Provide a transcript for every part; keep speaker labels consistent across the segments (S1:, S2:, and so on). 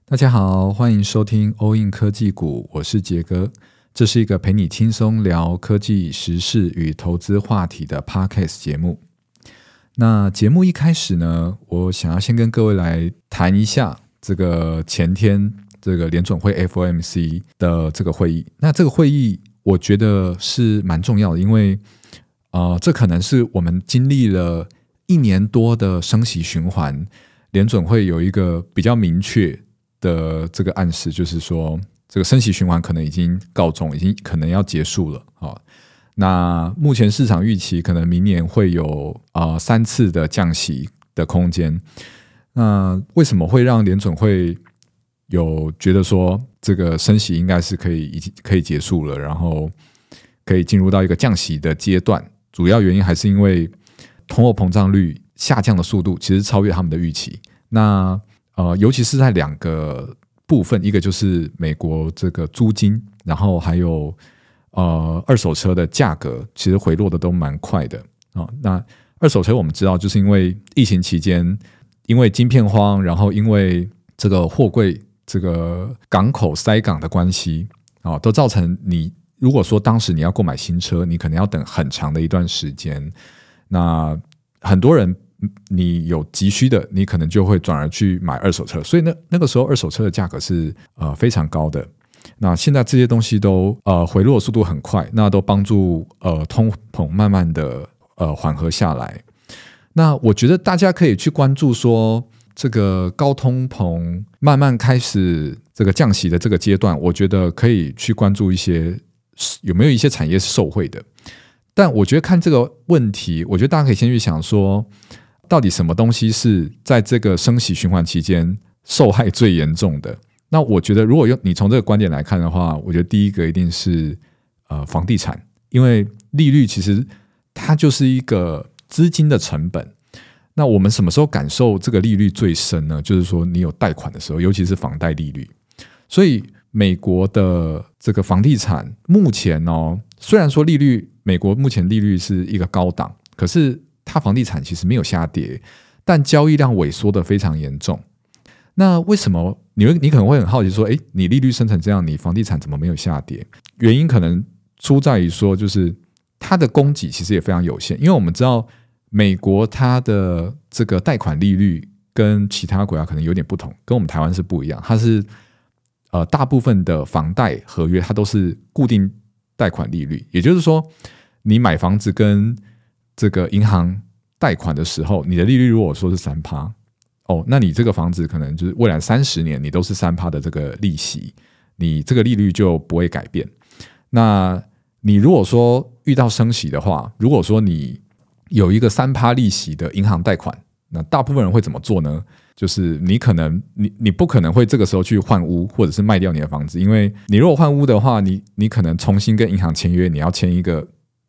S1: 大家好，欢迎收听 All In 科技股，我是杰哥。这是一个陪你轻松聊科技时事与投资话题的 Podcast 节目。那节目一开始呢，我想要先跟各位来谈一下这个前天这个联准会 FOMC 的这个会议。那这个会议我觉得是蛮重要的，因为这可能是我们经历了1年多的升息循环，联准会有一个比较明确的这个暗示，就是说这个升息循环可能已经告终，已经可能要结束了。那目前市场预期可能明年会有3次的降息的空间。那为什么会让联准会有觉得说这个升息应该是可以结束了，然后可以进入到一个降息的阶段？主要原因还是因为通货膨胀率下降的速度其实超越他们的预期。那尤其是在2个部分，一个就是美国这个租金，然后还有二手车的价格，其实回落的都蛮快的。那二手车我们知道，就是因为疫情期间，因为晶片荒，然后因为这个货柜这个港口塞港的关系，都造成你如果说当时你要购买新车，你可能要等很长的一段时间。那很多人你有急需的，你可能就会转而去买二手车，所以那个时候二手车的价格是非常高的。那现在这些东西都回落的速度很快，那都帮助通膨慢慢的缓和下来。那我觉得大家可以去关注说，这个高通膨慢慢开始这个降息的这个阶段，我觉得可以去关注一些有没有一些产业是受惠的。但我觉得看这个问题，我觉得大家可以先去想说，到底什么东西是在这个升息循环期间受害最严重的？那我觉得如果你从这个观点来看的话，我觉得第一个一定是房地产，因为利率其实它就是一个资金的成本。那我们什么时候感受这个利率最深呢？就是说你有贷款的时候，尤其是房贷利率。所以美国的这个房地产目前虽然说美国目前利率是一个高档，可是它房地产其实没有下跌，但交易量萎缩的非常严重。那为什么你可能会很好奇说，你利率升成这样，你房地产怎么没有下跌？原因可能出在于说，就是它的供给其实也非常有限，因为我们知道美国它的这个贷款利率跟其他国家可能有点不同，跟我们台湾是不一样。它是大部分的房贷合约它都是固定贷款利率，也就是说你买房子跟这个银行贷款的时候，你的利率如果说是 3%， 那你这个房子可能就是未来30年你都是 3% 的这个利息，你这个利率就不会改变。那你如果说遇到升息的话，如果说你有一个 3% 利息的银行贷款，那大部分人会怎么做呢？就是你不可能会这个时候去换屋或者是卖掉你的房子，因为你如果换屋的话，你可能重新跟银行签约，你要签一个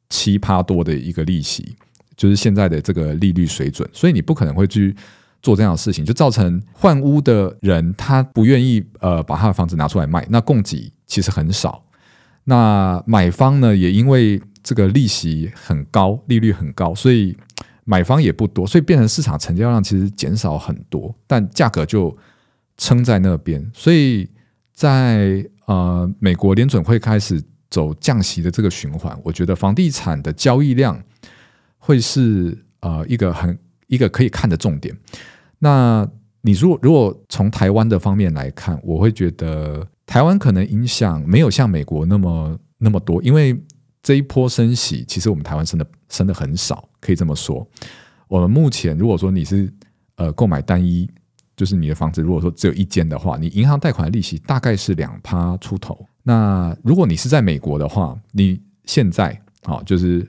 S1: 7%多的一个利息，就是现在的这个利率水准，所以你不可能会去做这样的事情，就造成换屋的人他不愿意把他的房子拿出来卖，那供给其实很少。那买方呢，也因为这个利息很高，利率很高，所以买方也不多，所以变成市场成交量其实减少很多，但价格就撑在那边。所以在美国联准会开始走降息的这个循环，我觉得房地产的交易量会是一个可以看的重点。那你如果从台湾的方面来看，我会觉得台湾可能影响没有像美国那么多，因为这一波升息，其实我们台湾升的很少，可以这么说。我们目前如果说你是购买单一，就是你的房子如果说只有一间的话，你银行贷款的利息大概是2%出头。那如果你是在美国的话，你现在就是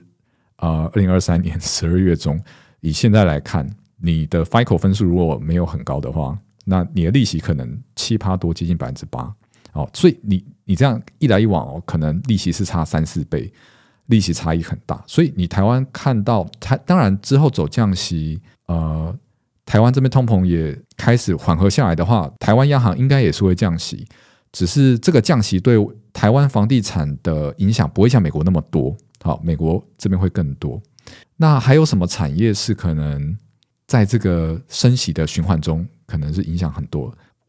S1: 2023年12月中，以现在来看，你的 FICO 分数如果没有很高的话，那你的利息可能7%多，接近 8%。所以你这样一来一往可能利息是差3-4倍，利息差异很大。所以你台湾看到当然之后走降息，台湾这边通膨也开始缓和下来的话，台湾央行应该也是会降息，只是这个降息对台湾房地产的影响不会像美国那么多。美国这边会更多。那还有什么产业是可能在这个升息的循环中可能是影响很多？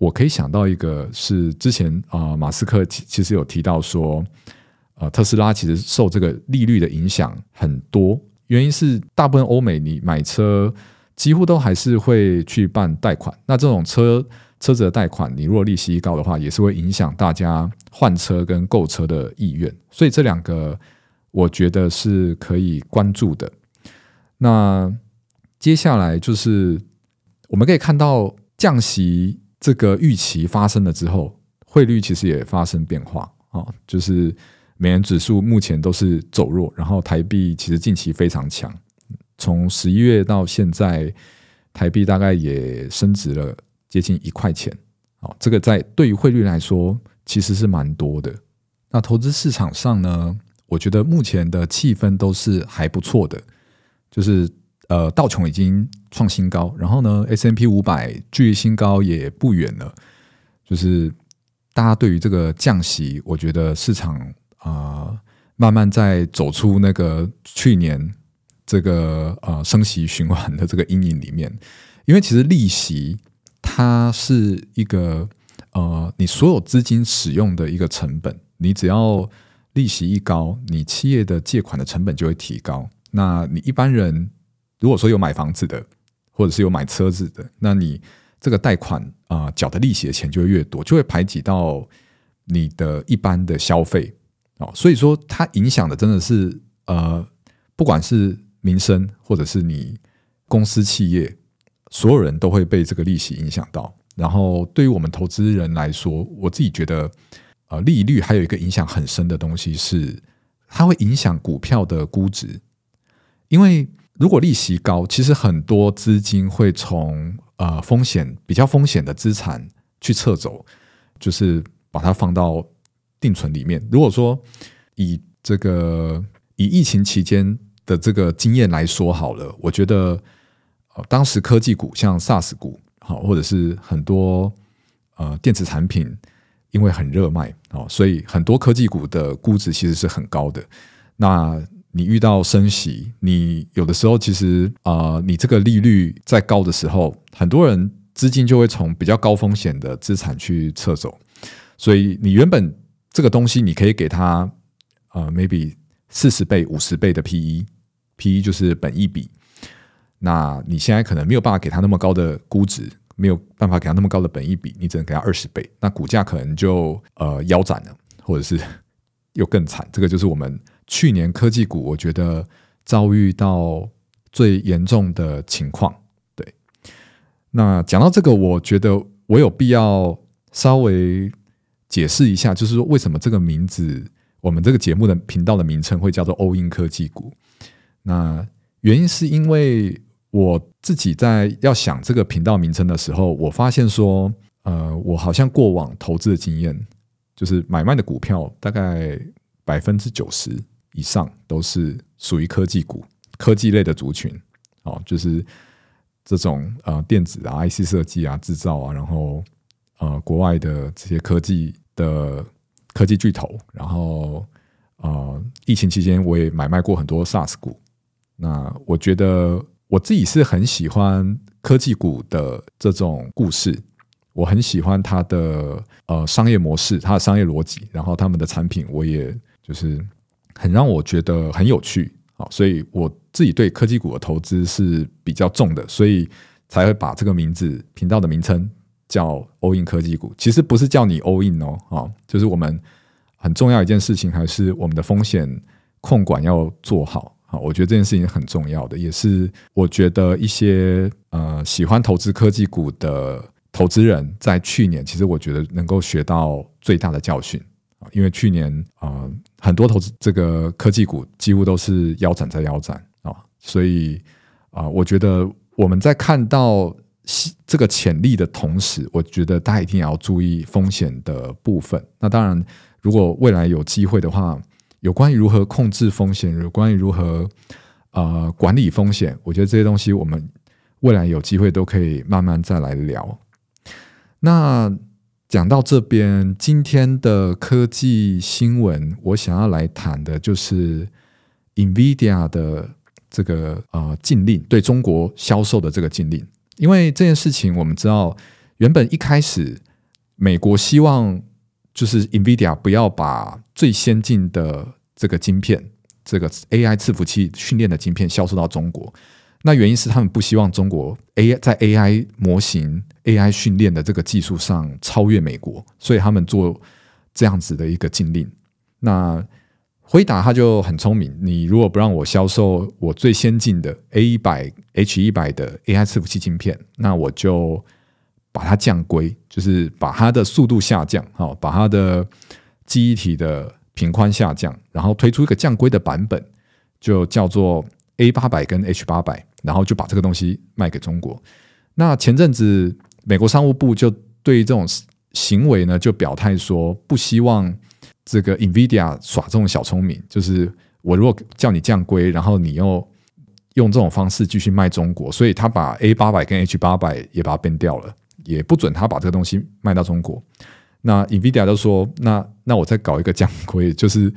S1: 我可以想到一个是之前马斯克其实有提到说，特斯拉其实受这个利率的影响很多，原因是大部分欧美你买车几乎都还是会去办贷款，那这种车子的贷款，你如果利息高的话，也是会影响大家换车跟购车的意愿，所以这两个我觉得是可以关注的。那接下来就是我们可以看到降息这个预期发生了之后，汇率其实也发生变化，就是美元指数目前都是走弱，然后台币其实近期非常强，从11月到现在台币大概也升值了接近1块钱，这个对于汇率来说其实是蛮多的。那投资市场上呢，我觉得目前的气氛都是还不错的，就是道琼已经创新高，然后呢 S&P 500距离新高也不远了，就是大家对于这个降息，我觉得市场慢慢在走出那个去年这个升息循环的这个阴影里面，因为其实利息它是一个你所有资金使用的一个成本，你只要利息一高，你企业的借款的成本就会提高。那你一般人如果说有买房子的，或者是有买车子的，那你这个贷款缴的利息的钱就会越多，就会排挤到你的一般的消费，所以说它影响的真的是不管是民生或者是你公司企业，所有人都会被这个利息影响到。然后对于我们投资人来说，我自己觉得利率还有一个影响很深的东西是，它会影响股票的估值。因为如果利息高，其实很多资金会从比较风险的资产去撤走，就是把它放到定存里面。如果说以疫情期间的这个经验来说好了，我觉得当时科技股像 SaaS 股或者是很多电子产品因为很热卖，所以很多科技股的估值其实是很高的。那你遇到升息，你有的时候其实你这个利率在高的时候，很多人资金就会从比较高风险的资产去撤走，所以你原本这个东西你可以给它maybe 40倍50倍的 PE 就是本益比，那你现在可能没有办法给它那么高的估值，没有办法给它那么高的本益比，你只能给它20倍，那股价可能就腰斩了，或者是又更惨。这个就是我们去年科技股我觉得遭遇到最严重的情况。对，那讲到这个，我觉得我有必要稍微解释一下，就是说为什么这个名字，我们这个节目的频道的名称会叫做 All In 科技股。那原因是因为我自己在要想这个频道名称的时候，我发现说我好像过往投资的经验，就是买卖的股票大概90%以上都是属于科技股、科技类的族群，就是这种电子啊、IC 设计啊、制造啊，然后国外的这些科技的科技巨头，然后疫情期间我也买卖过很多 SaaS 股。那我觉得我自己是很喜欢科技股的这种故事，我很喜欢它的商业模式、它的商业逻辑，然后他们的产品我也就是很让我觉得很有趣，所以我自己对科技股的投资是比较重的，所以才会把这个频道的名称叫 All In 科技股。其实不是叫你 All In 就是我们很重要一件事情，还是我们的风险控管要做好。我觉得这件事情很重要的，也是我觉得一些喜欢投资科技股的投资人在去年，其实我觉得能够学到最大的教训。因为去年很多投资这个科技股几乎都是腰斩在腰斩，所以我觉得我们在看到这个潜力的同时，我觉得大家一定要注意风险的部分。那当然如果未来有机会的话，有关于如何控制风险，有关于如何管理风险，我觉得这些东西我们未来有机会都可以慢慢再来聊。那讲到这边，今天的科技新闻我想要来谈的就是 NVIDIA 的这个禁令，对中国销售的这个禁令。因为这件事情我们知道，原本一开始美国希望就是 NVIDIA 不要把最先进的这个晶片，这个 AI 伺服器训练的晶片销售到中国。那原因是他们不希望中国在 AI 模型 AI 训练的这个技术上超越美国，所以他们做这样子的一个禁令。那辉达他就很聪明，你如果不让我销售我最先进的 A100、H100 的 AI 伺服器晶片，那我就把它降规，就是把它的速度下降，把它的记忆体的频宽下降，然后推出一个降规的版本，就叫做 A800 跟 H800， 然后就把这个东西卖给中国。那前阵子美国商务部就对于这种行为呢，就表态说不希望这个 NVIDIA 耍这种小聪明，就是我如果叫你降规，然后你又用这种方式继续卖中国，所以他把 A800 跟 H800 也把它变掉了，也不准他把这个东西卖到中国。那 NVIDIA 就说那我再搞一个降规，就是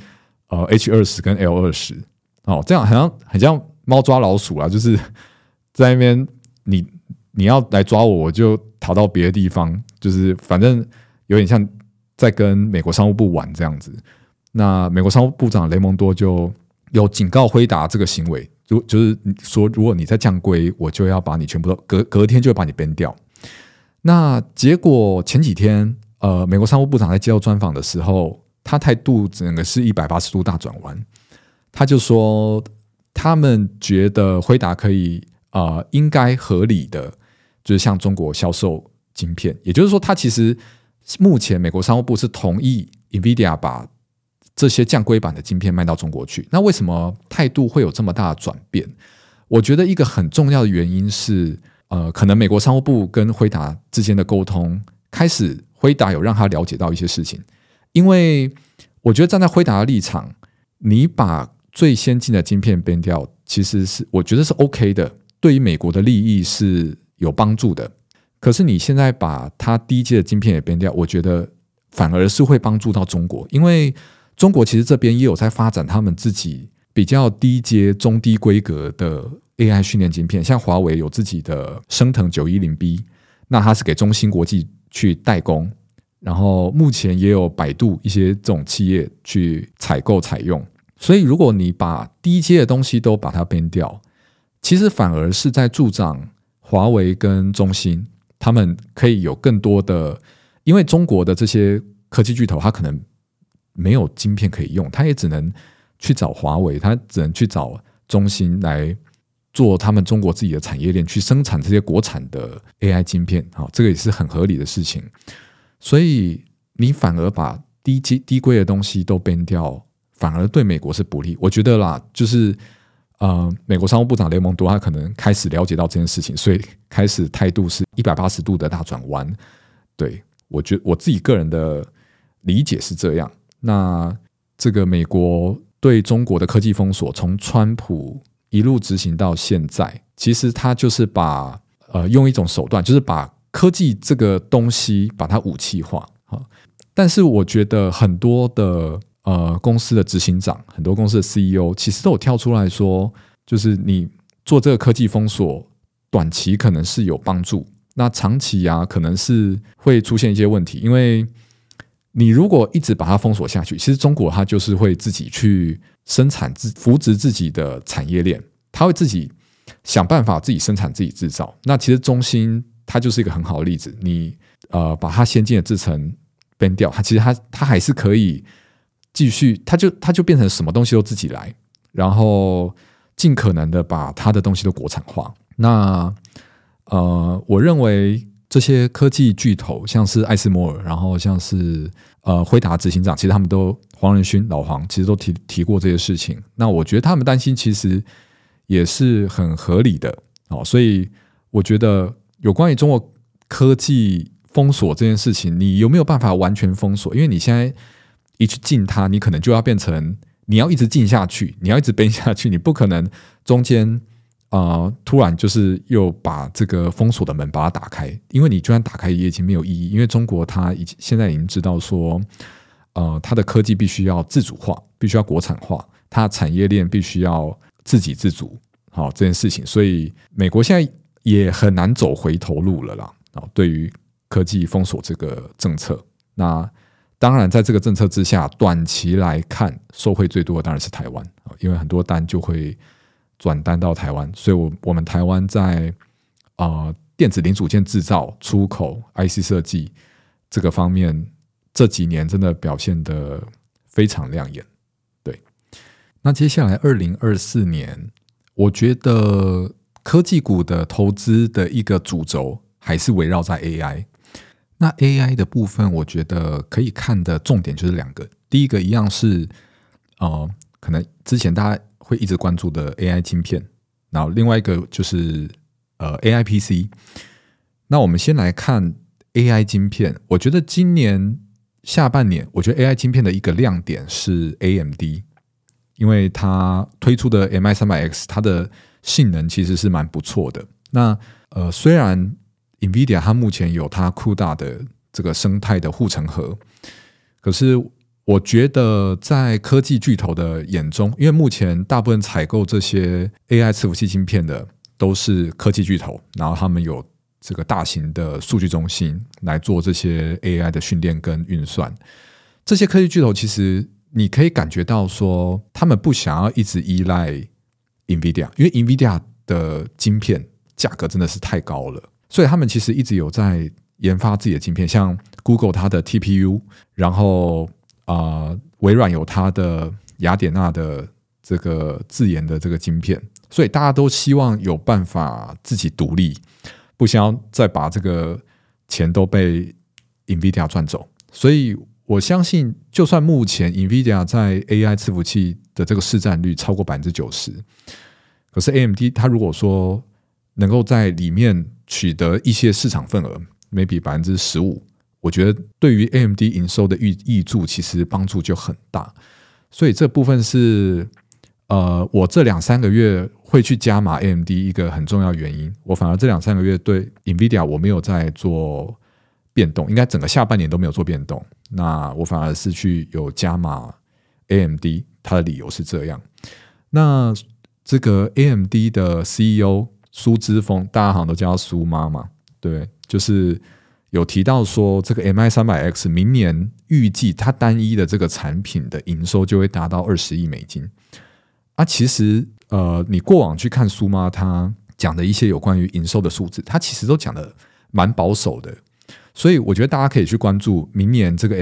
S1: H20 跟 L20，这样很像猫抓老鼠啦，就是在那边你要来抓我，我就逃到别的地方，就是反正有点像在跟美国商务部玩这样子。那美国商务部长雷蒙多就有警告辉达这个行为，就是说如果你再降规，我就要把你全部都隔天就会把你 ban 掉。那结果前几天美国商务部长在接受专访的时候，他态度整个是180度大转弯。他就说他们觉得辉达可以应该合理的就是向中国销售晶片，也就是说他其实目前美国商务部是同意 NVIDIA 把这些降规版的晶片卖到中国去。那为什么态度会有这么大的转变？我觉得一个很重要的原因是可能美国商务部跟辉达之间的沟通开始，辉达有让他了解到一些事情。因为我觉得站在辉达的立场，你把最先进的晶片变掉，其实是我觉得是 OK 的，对于美国的利益是有帮助的。可是你现在把它低阶的晶片也变掉，我觉得反而是会帮助到中国，因为中国其实这边也有在发展他们自己比较低阶中低规格的 AI 训练晶片，像华为有自己的升腾 910B， 那它是给中芯国际去代工，然后目前也有百度一些这种企业去采购采用。所以如果你把低阶的东西都把它变掉，其实反而是在助长华为跟中芯他们可以有更多的，因为中国的这些科技巨头他可能没有晶片可以用，他也只能去找华为，他只能去找中芯来做他们中国自己的产业链，去生产这些国产的 AI 晶片，这个也是很合理的事情。所以你反而把低规的东西都变掉，反而对美国是不利。我觉得啦，就是美国商务部长雷蒙多他可能开始了解到这件事情，所以开始态度是180度的大转弯。对，我觉得我自己个人的理解是这样。那这个美国对中国的科技封锁，从川普一路执行到现在，其实他就是把用一种手段，就是把科技这个东西把它武器化。但是我觉得很多的公司的执行长，很多公司的 CEO 其实都有跳出来说，就是你做这个科技封锁，短期可能是有帮助，那长期可能是会出现一些问题。因为你如果一直把它封锁下去，其实中国它就是会自己去生产扶植自己的产业链，它会自己想办法自己生产自己制造。那其实中芯它就是一个很好的例子，你把它先进的制程ban掉，它其实它还是可以继续，它就变成什么东西都自己来，然后尽可能的把它的东西都国产化。那我认为这些科技巨头，像是艾斯摩尔，然后像是辉达执行长，其实他们都黄仁勋老黄其实都提过这些事情。那我觉得他们担心其实也是很合理的。所以我觉得有关于中国科技封锁这件事情，你有没有办法完全封锁？因为你现在一去禁它，你可能就要变成你要一直禁下去，你要一直背下去，你不可能中间突然就是又把这个封锁的门把它打开，因为你就算打开也已经没有意义。因为中国它现在已经知道说它的科技必须要自主化，必须要国产化，它的产业链必须要自给自足，这件事情，所以美国现在也很难走回头路了啦。对于科技封锁这个政策。那当然在这个政策之下，短期来看受惠最多的当然是台湾，因为很多单就会转单到台湾，所以我们台湾在电子零组件制造、出口、IC 设计这个方面，这几年真的表现得非常亮眼。对，那接下来2024年，我觉得科技股的投资的一个主轴还是围绕在 AI。那 AI 的部分，我觉得可以看的重点就是2个。第一个一样是可能之前大家会一直关注的 AI 晶片，然后另外一个就是AI PC。那我们先来看 AI 晶片，我觉得今年下半年，我觉得 AI 晶片的一个亮点是 AMD， 因为它推出的 MI300X 它的性能其实是蛮不错的。那虽然 NVIDIA 它目前有它 CUDA 的这个生态的护城河，可是我觉得在科技巨头的眼中，因为目前大部分采购这些 AI 伺服器晶片的都是科技巨头，然后他们有这个大型的数据中心来做这些 AI 的训练跟运算。这些科技巨头其实你可以感觉到说，他们不想要一直依赖 NVIDIA， 因为 NVIDIA 的晶片价格真的是太高了，所以他们其实一直有在研发自己的晶片，像 Google 它的 TPU， 然后微软有它的雅典娜的这个自研的这个晶片，所以大家都希望有办法自己独立，不想要再把这个钱都被 NVIDIA 赚走。所以我相信，就算目前 NVIDIA 在 AI 伺服器的这个市占率超过 90%， 可是 AMD 它如果说能够在里面取得一些市场份额 maybe 15%， 我觉得对于 AMD 营收的挹注其实帮助就很大。所以这部分是我这2-3个月会去加码 AMD 一个很重要原因。我反而这2-3个月对 NVIDIA 我没有在做变动，应该整个下半年都没有做变动，那我反而是去有加码 AMD， 它的理由是这样。那这个 AMD 的 CEO 苏之峰，大家好像都叫他苏妈嘛，对，就是有提到说这个 MI300X 明年预计它单一的这个产品的营收就会达到$20亿其实你过往去看苏妈他讲的一些有关于营收的数字，他其实都讲的蛮保守的，所以我觉得大家可以去关注明年这个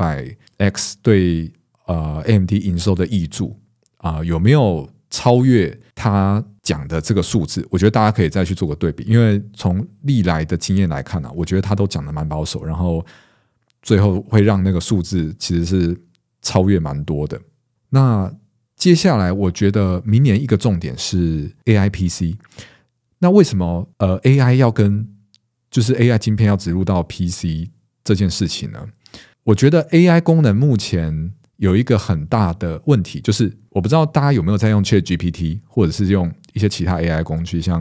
S1: MI300X 对AMD 营收的挹注有没有超越他讲的这个数字。我觉得大家可以再去做个对比，因为从历来的经验来看我觉得他都讲的蛮保守，然后最后会让那个数字其实是超越蛮多的。那接下来我觉得明年一个重点是 AI PC。 那为什么AI 要跟就是 AI 晶片要植入到 PC 这件事情呢？我觉得 AI 功能目前有一个很大的问题，就是我不知道大家有没有在用 ChatGPT 或者是用一些其他 AI 工具，像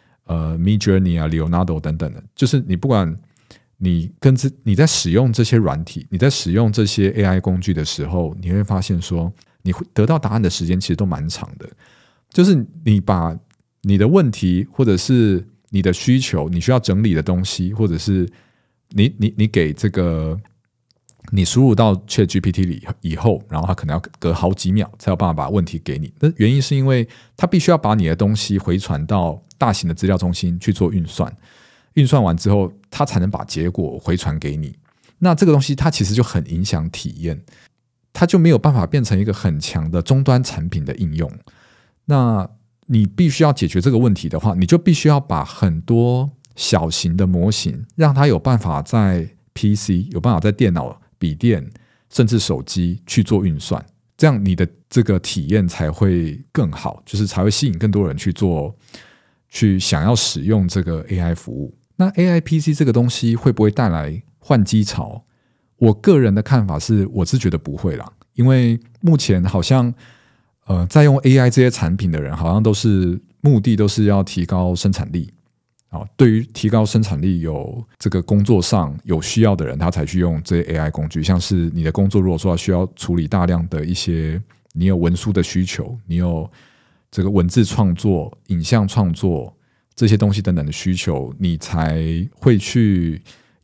S1: Midjourney Leonardo 等等的，就是你不管你在使用这些软体，你在使用这些 AI 工具的时候，你会发现说你得到答案的时间其实都蛮长的。就是你把你的问题或者是你的需求，你需要整理的东西，或者是你给这个你输入到 ChatGPT 里以后，然后它可能要隔好几秒才有办法把问题给你。那原因是因为它必须要把你的东西回传到大型的资料中心去做运算，运算完之后它才能把结果回传给你。那这个东西它其实就很影响体验，它就没有办法变成一个很强的终端产品的应用。那你必须要解决这个问题的话，你就必须要把很多小型的模型让它有办法在 PC 有办法在电脑、笔电甚至手机去做运算，这样你的这个体验才会更好，就是才会吸引更多人去想要使用这个 AI 服务。那 AI PC 这个东西会不会带来换机潮？我个人的看法是，我是觉得不会啦，因为目前好像在用 AI 这些产品的人，好像目的都是要提高生产力。对于提高生产力有这个工作上有需要的人，他才去用这些 AI 工具。像是你的工作如果说需要处理大量的一些，你有文书的需求，你有这个文字创作、影像创作这些东西等等的需求，你才会去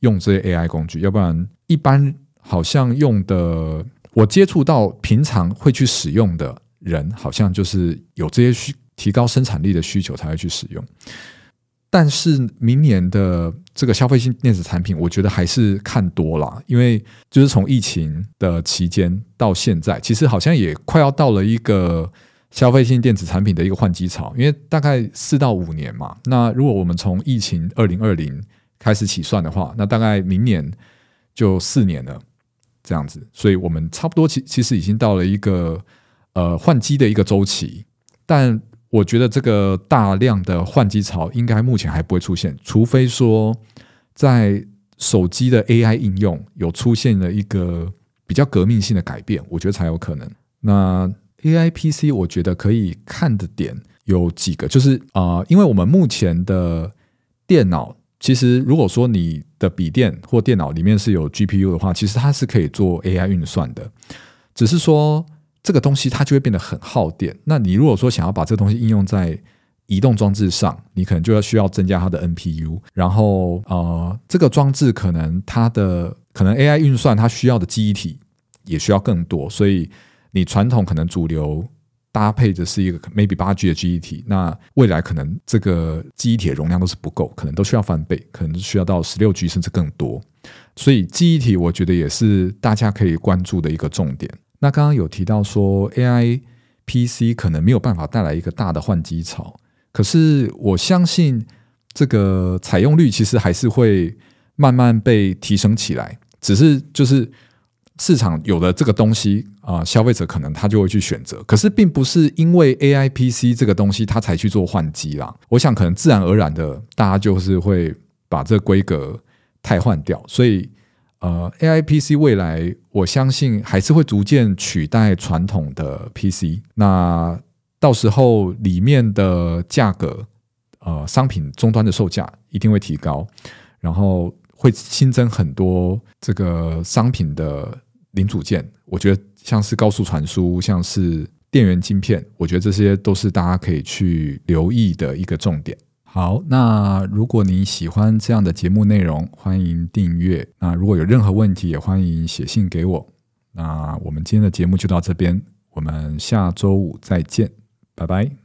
S1: 用这些 AI 工具，要不然一般好像用的，我接触到平常会去使用的人，好像就是有这些提高生产力的需求才会去使用。但是明年的这个消费性电子产品，我觉得还是看多啦，因为就是从疫情的期间到现在，其实好像也快要到了一个消费性电子产品的一个换机潮，因为大概4到5年嘛。那如果我们从疫情2020开始起算的话，那大概明年就4年了，这样子，所以我们差不多其实已经到了一个换机的一个周期，但我觉得这个大量的换机潮应该目前还不会出现，除非说在手机的 AI 应用有出现了一个比较革命性的改变，我觉得才有可能。那 AI PC 我觉得可以看的点有几个，就是因为我们目前的电脑，其实如果说你的笔电或电脑里面是有 GPU 的话，其实它是可以做 AI 运算的，只是说这个东西它就会变得很耗电。那你如果说想要把这个东西应用在移动装置上，你可能就要需要增加它的 NPU， 然后这个装置可能AI 运算它需要的记忆体也需要更多，所以你传统可能主流搭配的是一个 maybe 8G 的记忆体，那未来可能这个记忆体的容量都是不够，可能都需要翻倍，可能需要到16G 甚至更多。所以记忆体我觉得也是大家可以关注的一个重点。那刚刚有提到说 AI PC 可能没有办法带来一个大的换机潮，可是我相信这个采用率其实还是会慢慢被提升起来，只是就是市场有了这个东西消费者可能他就会去选择，可是并不是因为 AI PC 这个东西他才去做换机啦。我想可能自然而然的大家就是会把这个规格汰换掉，所以AI PC 未来我相信还是会逐渐取代传统的 PC， 那到时候里面的价格商品终端的售价一定会提高，然后会新增很多这个商品的零组件，我觉得像是高速传输，像是电源晶片，我觉得这些都是大家可以去留意的一个重点。好，那如果你喜欢这样的节目内容，欢迎订阅。那如果有任何问题，也欢迎写信给我。那我们今天的节目就到这边，我们下周5再见，拜拜。